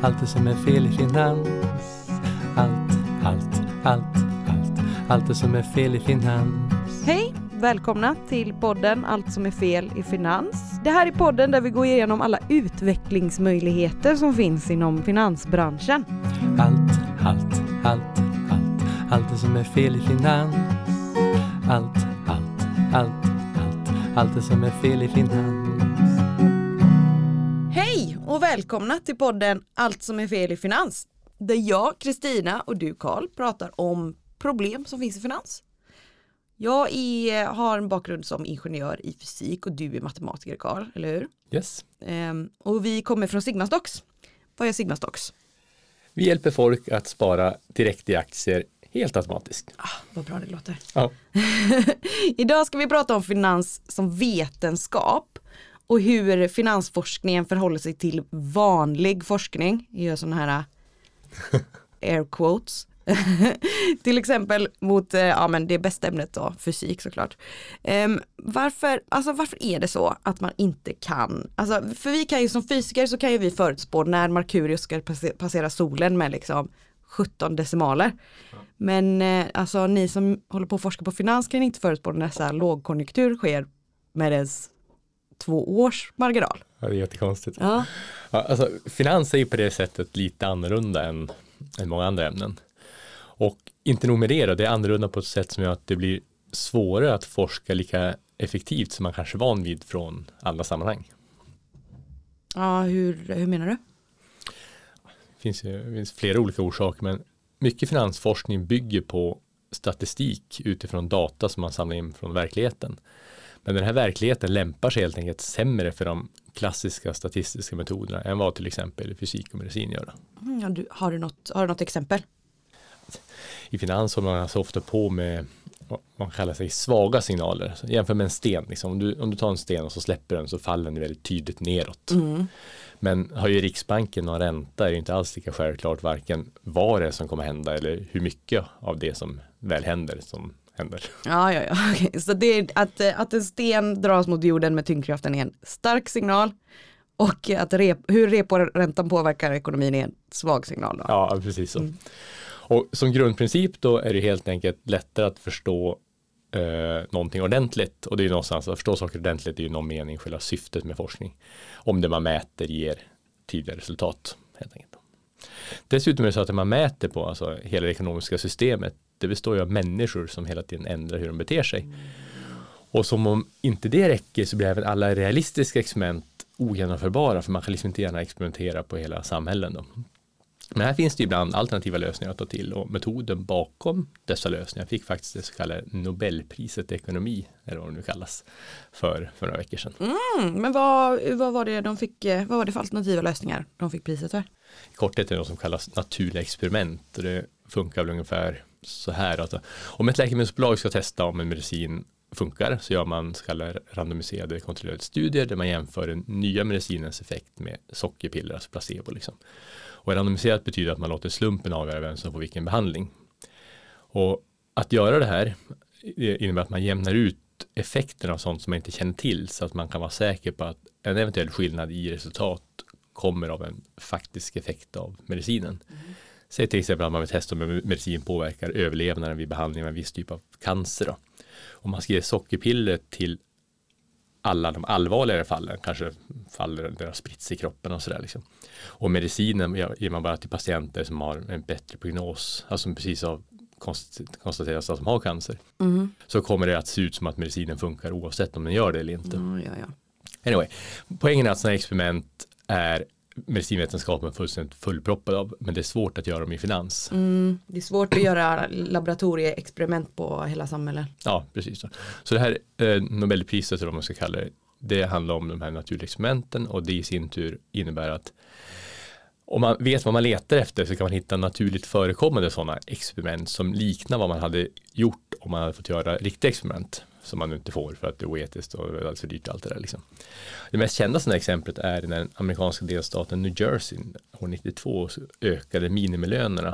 Allt det som är fel i finans. Allt det som är fel i finans. Hej, välkomna till podden Allt som är fel i finans. Det här är podden där vi går igenom alla utvecklingsmöjligheter som finns inom finansbranschen. Allt det som är fel i finans. Allt det som är fel i finans. Hej och välkomna till podden Allt som är fel i finans. Där jag, Kristina och du, Karl, pratar om problem som finns i finans. Jag har en bakgrund som ingenjör i fysik och du är matematiker, Karl, eller hur? Yes. Och vi kommer från Sigma Stocks. Vad är Sigma Stocks? Vi hjälper folk att spara direkt i aktier helt automatiskt. Vad bra det låter. Ja. Idag ska vi prata om finans som vetenskap och hur finansforskningen förhåller sig till vanlig forskning. Jag gör sådana här air quotes. Till exempel mot det bästa ämnet då, fysik såklart. Varför är det så att man inte kan, för vi kan ju som fysiker så kan ju vi förutspå när Merkurius ska passera solen med liksom 17 decimaler. Men ni som håller på att forska på finans kan inte förutspå när så här lågkonjunktur sker med ens 2 års marginal. Ja, det är jättekonstigt. Ja. Ja, finans är ju på det sättet lite annorlunda än många andra ämnen. Och inte nog med det är annorlunda på ett sätt som gör att det blir svårare att forska lika effektivt som man kanske är van vid från alla sammanhang. Ja, hur menar du? Det finns flera olika orsaker, men mycket finansforskning bygger på statistik utifrån data som man samlar in från verkligheten. Men den här verkligheten lämpar sig helt enkelt sämre för de klassiska statistiska metoderna än vad till exempel fysik och medicin gör. Har du något exempel? I finans håller man alltså ofta på med vad man kallar sig svaga signaler. Så jämför med en sten. Liksom. Om du tar en sten och så släpper den så faller den väldigt tydligt neråt. Mm. Men har ju Riksbanken någon ränta är ju inte alls lika självklart varken vad det är som kommer hända eller hur mycket av det som väl händer som händer. Ja. Okay. Så det är att en sten dras mot jorden med tyngdkraften är en stark signal. Och att hur reporäntan påverkar ekonomin är en svag signal då. Ja, precis så. Mm. Och som grundprincip då är det helt enkelt lättare att förstå någonting ordentligt. Och det är ju någonstans att förstå saker ordentligt är ju någon mening själva syftet med forskning. Om det man mäter ger tydliga resultat helt enkelt. Dessutom är det så att det man mäter på, hela det ekonomiska systemet, det består ju av människor som hela tiden ändrar hur de beter sig. Och som om inte det räcker så blir även alla realistiska experiment ogenomförbara, för man kan liksom inte gärna experimentera på hela samhällen då. Men här finns det ibland alternativa lösningar att ta till, och metoden bakom dessa lösningar fick faktiskt det så kallade Nobelpriset i ekonomi, eller vad det nu kallas, för några veckor sedan. Men vad var det de fick, vad var det för alternativa lösningar de fick priset för? I korthet är det något som kallas naturliga experiment, och det funkar väl ungefär så här. Om ett läkemedelsbolag ska testa om en medicin funkar så gör man så kallade randomiserade kontrollerade studier där man jämför den nya medicinens effekt med sockerpiller, alltså placebo liksom. Och randomiserat betyder att man låter slumpen avgöra vem som får vilken behandling. Och att göra det här innebär att man jämnar ut effekterna av sånt som man inte känner till, så att man kan vara säker på att en eventuell skillnad i resultat kommer av en faktisk effekt av medicinen. Säg till exempel att man vill testa om medicin påverkar överlevnaden vid behandling av en viss typ av cancer då. Om man ska ge sockerpiller till alla de allvarligare fallen, kanske fall där det har spritts i kroppen och sådär liksom. Och medicinen ger man bara till patienter som har en bättre prognos, alltså precis av konstateras att de har cancer. Så kommer det att se ut som att medicinen funkar oavsett om den gör det eller inte. Anyway, poängen är att sådana experiment är medicinvetenskapen fullständigt fullproppad av, men det är svårt att göra dem i finans. Det är svårt att göra laboratorieexperiment på hela samhället. Ja, precis. Så det här Nobelpriset, eller vad man ska kalla det handlar om de här naturliga experimenten, och det i sin tur innebär att om man vet vad man letar efter så kan man hitta naturligt förekommande sådana experiment som liknar vad man hade gjort om man hade fått göra riktiga experiment, som man inte får för att det är oetiskt och alldeles för dyrt allt det där liksom. Det mest kända sådana exemplet är den amerikanska delstaten New Jersey år 92 ökade minimilönerna.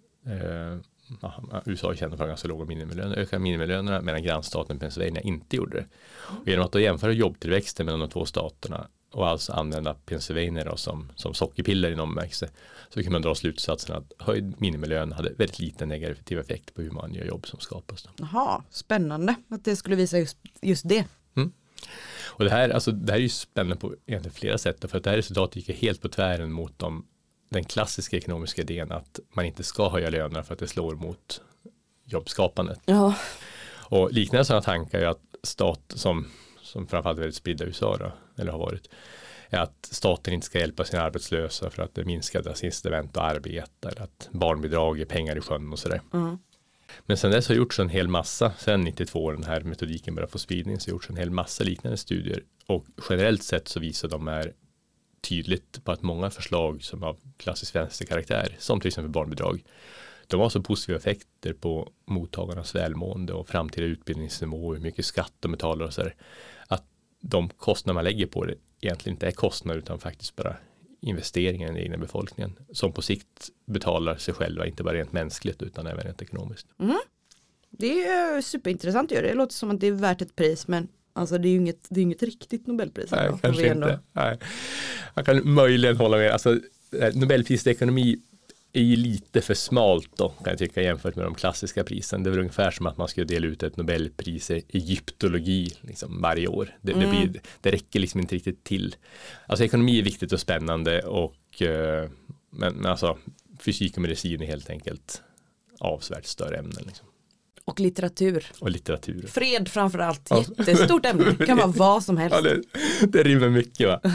USA är kända för ganska låga minimilöner, ökade minimilönerna, medan grannstaten Pennsylvania inte gjorde det. Och genom att då jämföra jobbtillväxten mellan de två staterna och alltså använda Pennsylvania då som sockerpiller i någon bemärkelse, så kan man dra slutsatsen att höjd minimilön hade väldigt liten negativ effekt på hur man gör jobb som skapas. Jaha, spännande att det skulle visa just det. Och det här är ju spännande på egentligen flera sätt, för att det här resultatet gick helt på tvären mot den klassiska ekonomiska idén att man inte ska höja lönerna för att det slår mot jobbskapandet. Ja. Och liknande sådana tankar är att stat som framförallt är väldigt spridda i USA då, eller har varit, är att staten inte ska hjälpa sina arbetslösa för att det minskar deras incitament att arbeta, eller att barnbidrag är pengar i sjön och sådär. Men sen dess har gjorts en hel massa, sen 92 den här metodiken började få spridning, så har gjorts en hel massa liknande studier, och generellt sett så visar de här tydligt på att många förslag som av klassisk vänsterkaraktär, som till exempel barnbidrag, de har så positiva effekter på mottagarnas välmående och framtida utbildningsnivå och hur mycket skatt de betalar och så där, att de kostnader man lägger på det egentligen inte är kostnader utan faktiskt bara investeringar i den egna befolkningen som på sikt betalar sig själva, inte bara rent mänskligt utan även rent ekonomiskt. Det är superintressant ju. Det låter som att det är värt ett pris, men alltså det är ju inget riktigt Nobelpris. Nej, kanske inte. Nej. Man kan möjligen hålla med. Alltså, Nobelpriset i ekonomi är ju lite för smalt då, kan jag tycka, jämfört med de klassiska prisen. Det är väl ungefär som att man skulle dela ut ett Nobelpris i egyptologi liksom varje år. Det räcker liksom inte riktigt till. Alltså ekonomi är viktigt och spännande, men alltså fysik och medicin är helt enkelt avsevärt större ämnen liksom. Och litteratur. Fred framförallt. Jättestort ämne. Det kan vara vad som helst. Ja, det rymmer mycket, va?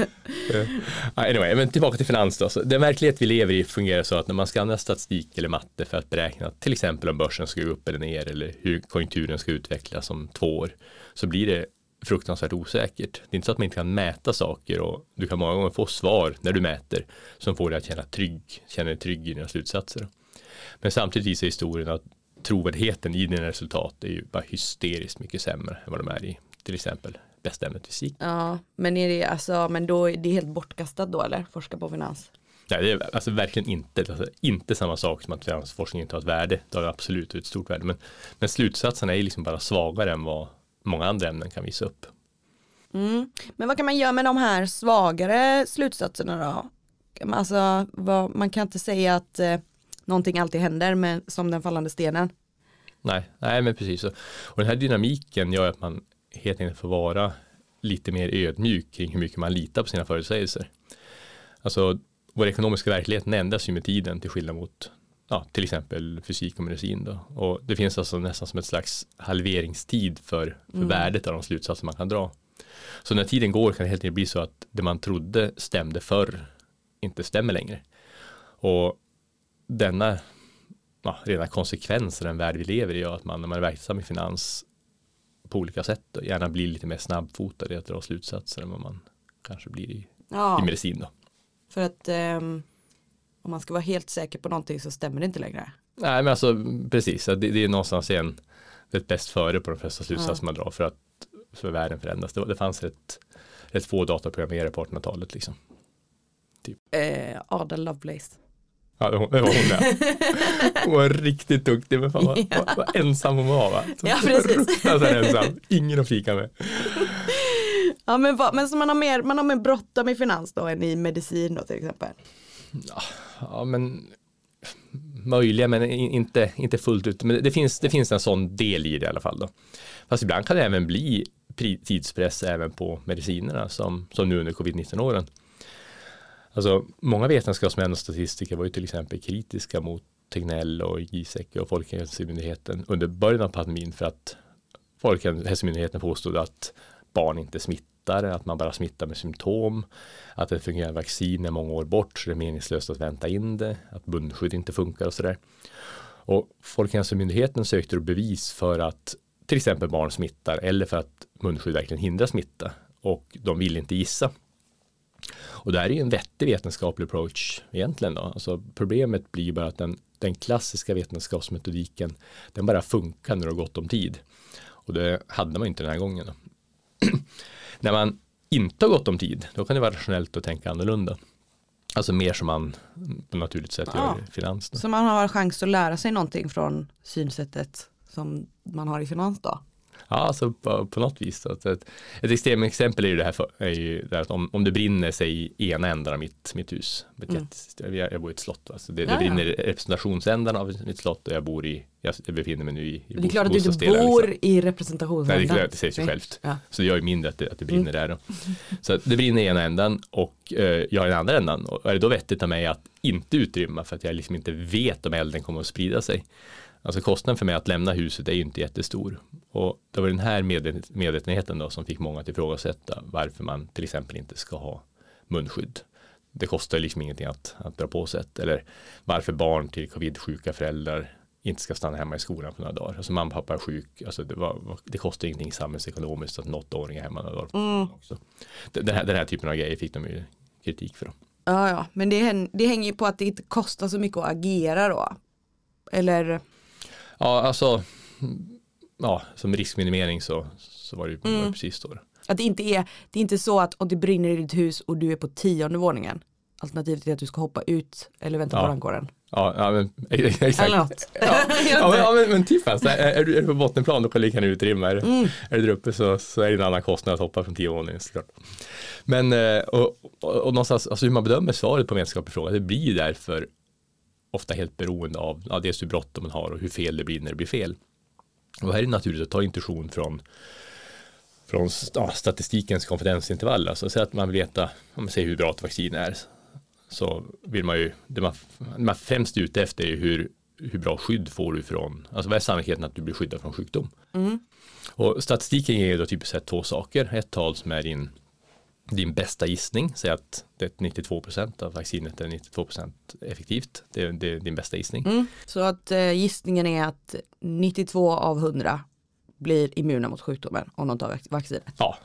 Anyway, men tillbaka till finans då. Så den verklighet vi lever i fungerar så att när man ska använda statistik eller matte för att beräkna till exempel om börsen ska gå upp eller ner eller hur konjunkturen ska utvecklas om 2 år, så blir det fruktansvärt osäkert. Det är inte så att man inte kan mäta saker, och du kan många gånger få svar när du mäter som får dig att känna dig trygg i dina slutsatser. Men samtidigt visar historien att trovärdigheten i dina resultat är ju bara hysteriskt mycket sämre än vad de är i till exempel bästa ämnet fysik. Ja, men är det men då är det helt bortkastat då, eller? Forska på finans? Nej, det är alltså verkligen inte. Alltså, inte samma sak som att finansforskning inte har ett värde. Det har absolut ett stort värde. Men slutsatserna är liksom bara svagare än vad många andra ämnen kan visa upp. Men vad kan man göra med de här svagare slutsatserna då? Alltså, man kan inte säga att någonting alltid händer som den fallande stenen. Nej, men precis så. Och den här dynamiken gör att man helt enkelt får vara lite mer ödmjuk kring hur mycket man litar på sina förutsägelser. Alltså, vår ekonomiska verklighet ändras ju med tiden till skillnad mot till exempel fysik och medicin då. Och det finns alltså nästan som ett slags halveringstid för värdet av de slutsatser man kan dra. Så när tiden går kan det helt enkelt bli så att det man trodde stämde förr inte stämmer längre. Och denna rena konsekvens av den värld vi lever i gör att man, när man är verksam i finans på olika sätt, och gärna blir lite mer snabbfotad i att dra slutsatser än vad man kanske blir i medicin då. För att om man ska vara helt säker på någonting så stämmer det inte längre. Nej, men alltså precis, det är någonstans ett bäst före på de flesta slutsatser man drar för världen förändras. Det fanns rätt få dataprogrammerare på 1800-talet liksom. Typ. Ada Lovelace. Ja, det var hon där. Hon var riktigt duktig, men fan vad ensam hon var, va? Ja, precis. Ensam. Ingen att fika med. Ja, men så man har mer bråttom i finans då än i medicin då till exempel? Ja, men möjliga, men inte fullt ut. Men det finns en sån del i det i alla fall då. Fast ibland kan det även bli tidspress även på medicinerna som nu under covid-19-åren. Alltså, många vetenskapsmän och statistiker var ju till exempel kritiska mot Tegnell och Giesecke och Folkhälsomyndigheten under början av pandemin, för att Folkhälsomyndigheten påstod att barn inte smittar, att man bara smittar med symptom, att ett fungerande vaccin är många år bort så det är meningslöst att vänta in det, att munskydd inte funkar och sådär. Och Folkhälsomyndigheten sökte bevis för att till exempel barn smittar eller för att munskydd verkligen hindrar smitta, och de vill inte gissa. Och det här är ju en vettig vetenskaplig approach egentligen då. Alltså problemet blir bara att den klassiska vetenskapsmetodiken, den bara funkar när det har gått om tid. Och det hade man inte den här gången då. När man inte har gått om tid, då kan det vara rationellt att tänka annorlunda. Alltså mer som man på naturligt sätt gör i finans då. Så man har chans att lära sig någonting från synsättet som man har i finans då? Ja, alltså på något vis. Så att ett extremt exempel är ju det här, är ju det att om det brinner sig i ena änden av mitt hus. Jag bor i ett slott. Alltså det brinner representationsändan av mitt slott och jag befinner mig nu i det är klart att du inte bor liksom i representationsändan. Nej, det säger sig självt. Ja. Så det gör ju mindre att det brinner där då. Så att det brinner i ena ändan och jag har den andra ändan. Och är det då vettigt av mig att inte utrymma för att jag liksom inte vet om elden kommer att sprida sig? Alltså kostnaden för mig att lämna huset är ju inte jättestor. Och det var den här medvetenheten då som fick många att ifrågasätta varför man till exempel inte ska ha munskydd. Det kostar liksom ingenting att dra på sig. Eller varför barn till covid-sjuka föräldrar inte ska stanna hemma i skolan på några dagar. Alltså mamma och pappa är sjuk. Alltså det kostar ingenting samhällsekonomiskt att något åring är hemma några dagar. Också. Den här typen av grejer fick de ju kritik för. Ja, men det hänger ju på att det inte kostar så mycket att agera då. Eller... Ja, alltså som riskminimering så var det ju precis så. Att det är inte så att om det brinner i ditt hus och du är på 10:e våningen, alternativt är att du ska hoppa ut eller vänta på brandkåren. Ja, men exakt. Eller något. Men typ alltså, är du på bottenplan då kan du lika gärna utrymma. Är du där uppe så är det en annan kostnad att hoppa från 10 våningen såklart. Men och någonstans, alltså hur man bedömer svaret på en vetenskaplig fråga, det blir ju därför ofta helt beroende av dels hur bråttom man har och hur fel det blir när det blir fel. Och här är det naturligt att ta intuition från statistikens konfidensintervall. Alltså så att man vill veta, om man säger hur bra ett vaccin är, så vill man ju, det man främst ute efter är ju hur bra skydd får du från, alltså vad är sannolikheten att du blir skyddad från sjukdom. Och statistiken ger ju då typiskt sett två saker. Ett tal som är din bästa gissning, säg att det är 92% av vaccinet är 92% effektivt. Det är din bästa gissning. Så att gissningen är att 92 av 100 blir immuna mot sjukdomen om de tar vaccinet. Ja,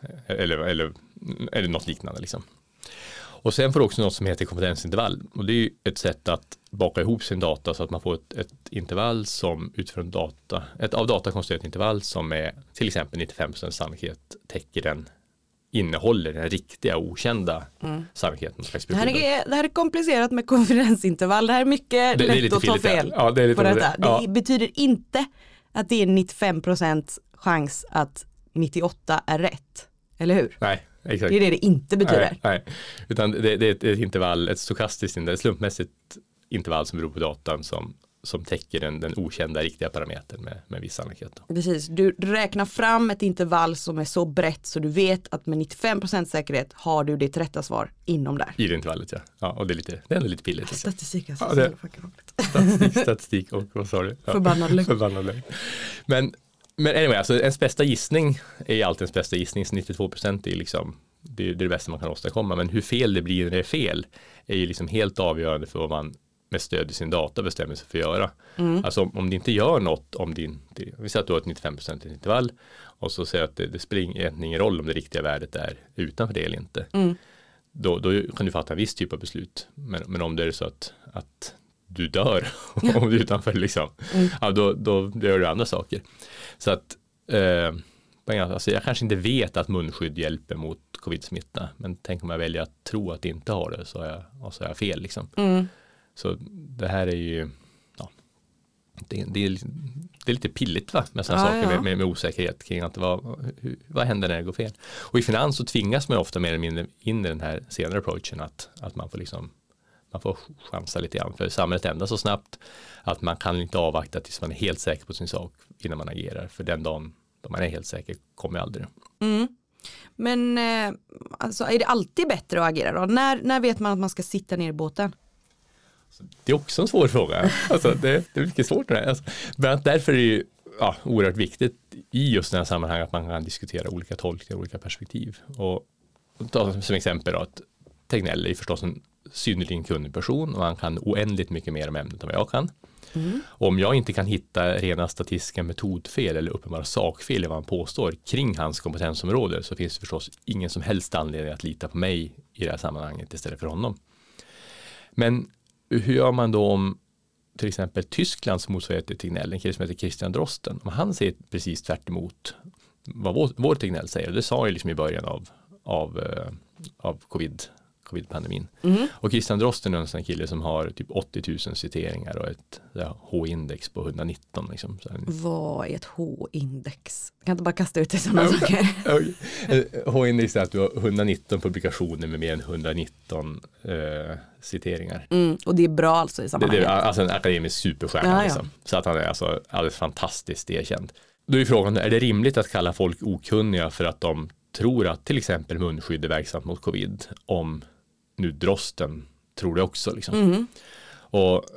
eller något liknande liksom. Och sen får du också något som heter konfidensintervall. Och det är ju ett sätt att baka ihop sin data så att man får ett intervall som utifrån data, ett av data konstruerat intervall som är till exempel 95% sannolikhet innehåller den riktiga okända sannolikheten. Det här är komplicerat med konfidensintervall. Det här är mycket lätt att ta fel på detta. Det betyder inte att det är 95% chans att 98 är rätt. Eller hur? Nej, exakt. Det är det inte betyder. Nej. Utan det är ett intervall, ett stokastiskt intervall, ett slumpmässigt intervall som beror på datan som täcker den okända riktiga parametern med viss sannolikhet. Precis, du räknar fram ett intervall som är så brett så du vet att med 95% säkerhet har du ditt rätta svar inom där. I det intervallet, ja. Och det är ändå lite pilligt. Statistik, alltså. Statistik och vad sa du? Ja. Förbannad lögn. Men anyway, alltså ens bästa gissning är alltid ens bästa gissning, så 92% är liksom det är det bästa man kan åstadkomma. Men hur fel det blir när det är fel är ju liksom helt avgörande för vad man med stöd i sin data bestämmer sig för att göra. Alltså om det inte gör något om vi säger att du har ett 95% intervall och så säger att det spelar ingen roll om det riktiga värdet är utanför det eller inte. Då kan du fatta en viss typ av beslut. Men om det är så att du dör om du är utanför liksom, då gör du andra saker. Så att alltså jag kanske inte vet att munskydd hjälper mot covid-smitta, men tänk om jag väljer att tro att det inte har det så är jag fel liksom. Så det här är ju det är lite pilligt med sådana saker med osäkerhet kring att vad händer när det går fel. Och i finans så tvingas man ofta mer eller mindre in i den här senare approachen att man får chansa lite grann, för samhället ändras så snabbt att man kan inte avvakta tills man är helt säker på sin sak innan man agerar, för den dagen då man är helt säker kommer aldrig. Men alltså, är det alltid bättre att agera då? När vet man att man ska sitta ner i båten? Det är också en svår fråga. Alltså, det är mycket svårt. Alltså, bland annat därför är det ju oerhört viktigt i just den här sammanhang att man kan diskutera olika tolkningar, olika perspektiv. Och ta som exempel då, att Tegnell är förstås en synnerligen kunnig person och han kan oändligt mycket mer om ämnet än vad jag kan. Om jag inte kan hitta rena statistiska metodfel eller uppenbara sakfel i vad han påstår kring hans kompetensområde, så finns det förstås ingen som helst anledning att lita på mig i det här sammanhanget istället för honom. Men hur gör man då om till exempel Tysklands motsvarighet till Tegnell, en kille som heter Christian Drosten, om han säger precis tvärt emot vad vår Tegnell säger? Det sa ju liksom i början av covid-pandemin. Och Christian Drosten är en sån kille som har typ 80 000 citeringar och ett H-index på 119. Liksom. Vad är ett H-index? Jag kan inte bara kasta ut det sådana saker. H-index är att du har 119 publikationer med mer än 119 citeringar. Och det är bra alltså i sammanhanget. Det är alltså en akademisk superstjärna. Liksom. Så att han är alltså alldeles fantastiskt erkänd. Då är frågan, är det rimligt att kalla folk okunniga för att de tror att till exempel munskydd är verksamt mot covid, om nu Drosten tror det också. Liksom. Och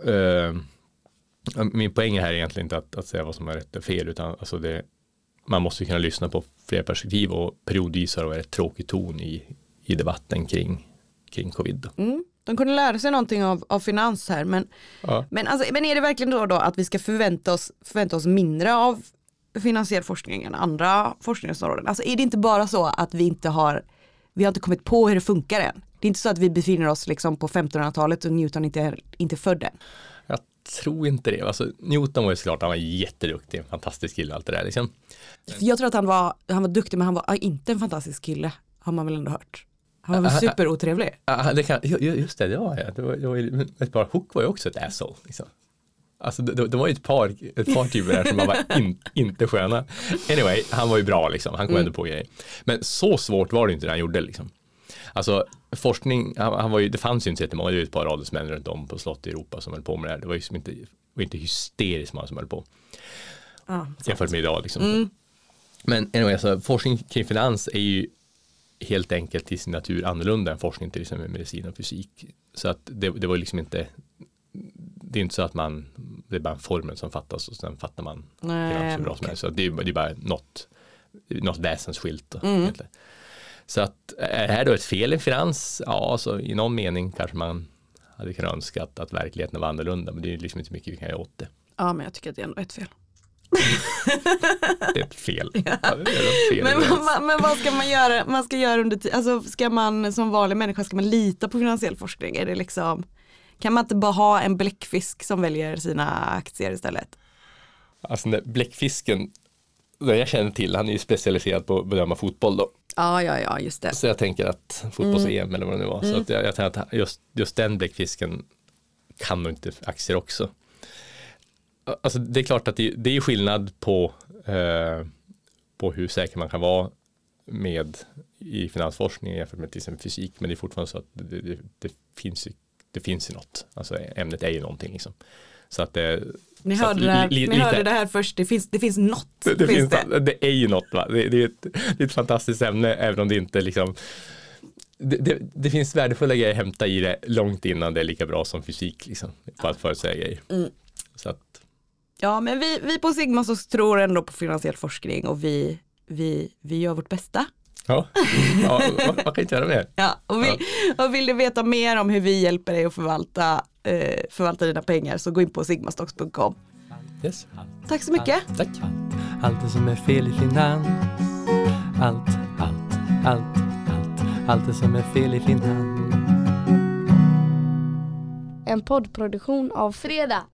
min poäng här är egentligen inte att säga vad som är rätt och fel, utan alltså man måste kunna lyssna på fler perspektiv, och periodvis har det varit ett tråkigt ton i debatten kring covid. De kunde lära sig någonting av finans här, men är det verkligen då att vi ska förvänta oss mindre av finansiell forskning än andra forskningsområden? Alltså är det inte bara så att vi har inte kommit på hur det funkar än? Det är inte så att vi befinner oss liksom på 1500-talet och Newton inte född än. Jag tror inte det. Alltså, Newton var ju såklart, han var jätteduktig, en fantastisk kille, allt det där liksom. Jag tror att han var duktig, men han var inte en fantastisk kille, har man väl ändå hört. Han var superotrevlig. Just det var jag. Det var ett par. Hook var ju också ett asshole liksom. Alltså det var ju ett par typer där som man var inte sköna. Anyway, han var ju bra liksom. Han kom ändå på grejer. Men så svårt var det inte det han gjorde liksom. Alltså forskning, det fanns ju inte jättemånga, det var ju ett par adelsmän runt om på slott i Europa som höll på med det här. Det var ju inte hysteriskt många som höll på. Jämfört med idag liksom. Men anyway, alltså, forskning kring finans är ju helt enkelt till sin natur annorlunda än forskning till exempel medicin och fysik. Så att det var liksom inte, det är inte så att det är bara en formel som fattas och sen fattar man så bra som helst. Så det är bara något väsensskilt egentligen. Så att är det här då ett fel i finans? Ja, alltså i någon mening kanske man hade kunnat önska att verkligheten var annorlunda, men det är liksom inte mycket vi kan göra åt det. Ja, men jag tycker att det är ändå ett fel. Det är ett fel. Ja. Ja, det är fel. Men vad ska man göra? Man ska göra alltså ska man som vanlig människa, ska man lita på finansiell forskning? Är det liksom, kan man inte bara ha en bläckfisk som väljer sina aktier istället? Alltså den bläckfisken, den jag känner till, han är ju specialiserad på att bedöma fotboll då. Ja, just det. Så jag tänker att fotbolls-EM eller vad det nu var. Så att jag tänker att just den bläckfisken kan nog inte aktier också. Alltså det är klart att det är skillnad på hur säker man kan vara i finansforskning jämfört med till exempel fysik, men det är fortfarande så att det finns ju något. Alltså ämnet är ju någonting liksom. Så att ni hörde det här först, det finns något. Det är ju något, va? Det är ett fantastiskt ämne, även om det inte liksom det finns värdefulla grejer att hämta i det långt innan det är lika bra som fysik liksom, för att förutsäga grejer. Så att ja, men vi på Sigma så tror ändå på finansiell forskning, och vi gör vårt bästa. Ja, man kan inte göra mer. Ja, och vill du veta mer om hur vi hjälper dig att förvalta dina pengar, så gå in på sigmastocks.com. Yes. Tack så mycket. Tack. Allt det som är fel i finans. Allt det som är fel i finans. En poddproduktion av Fredag.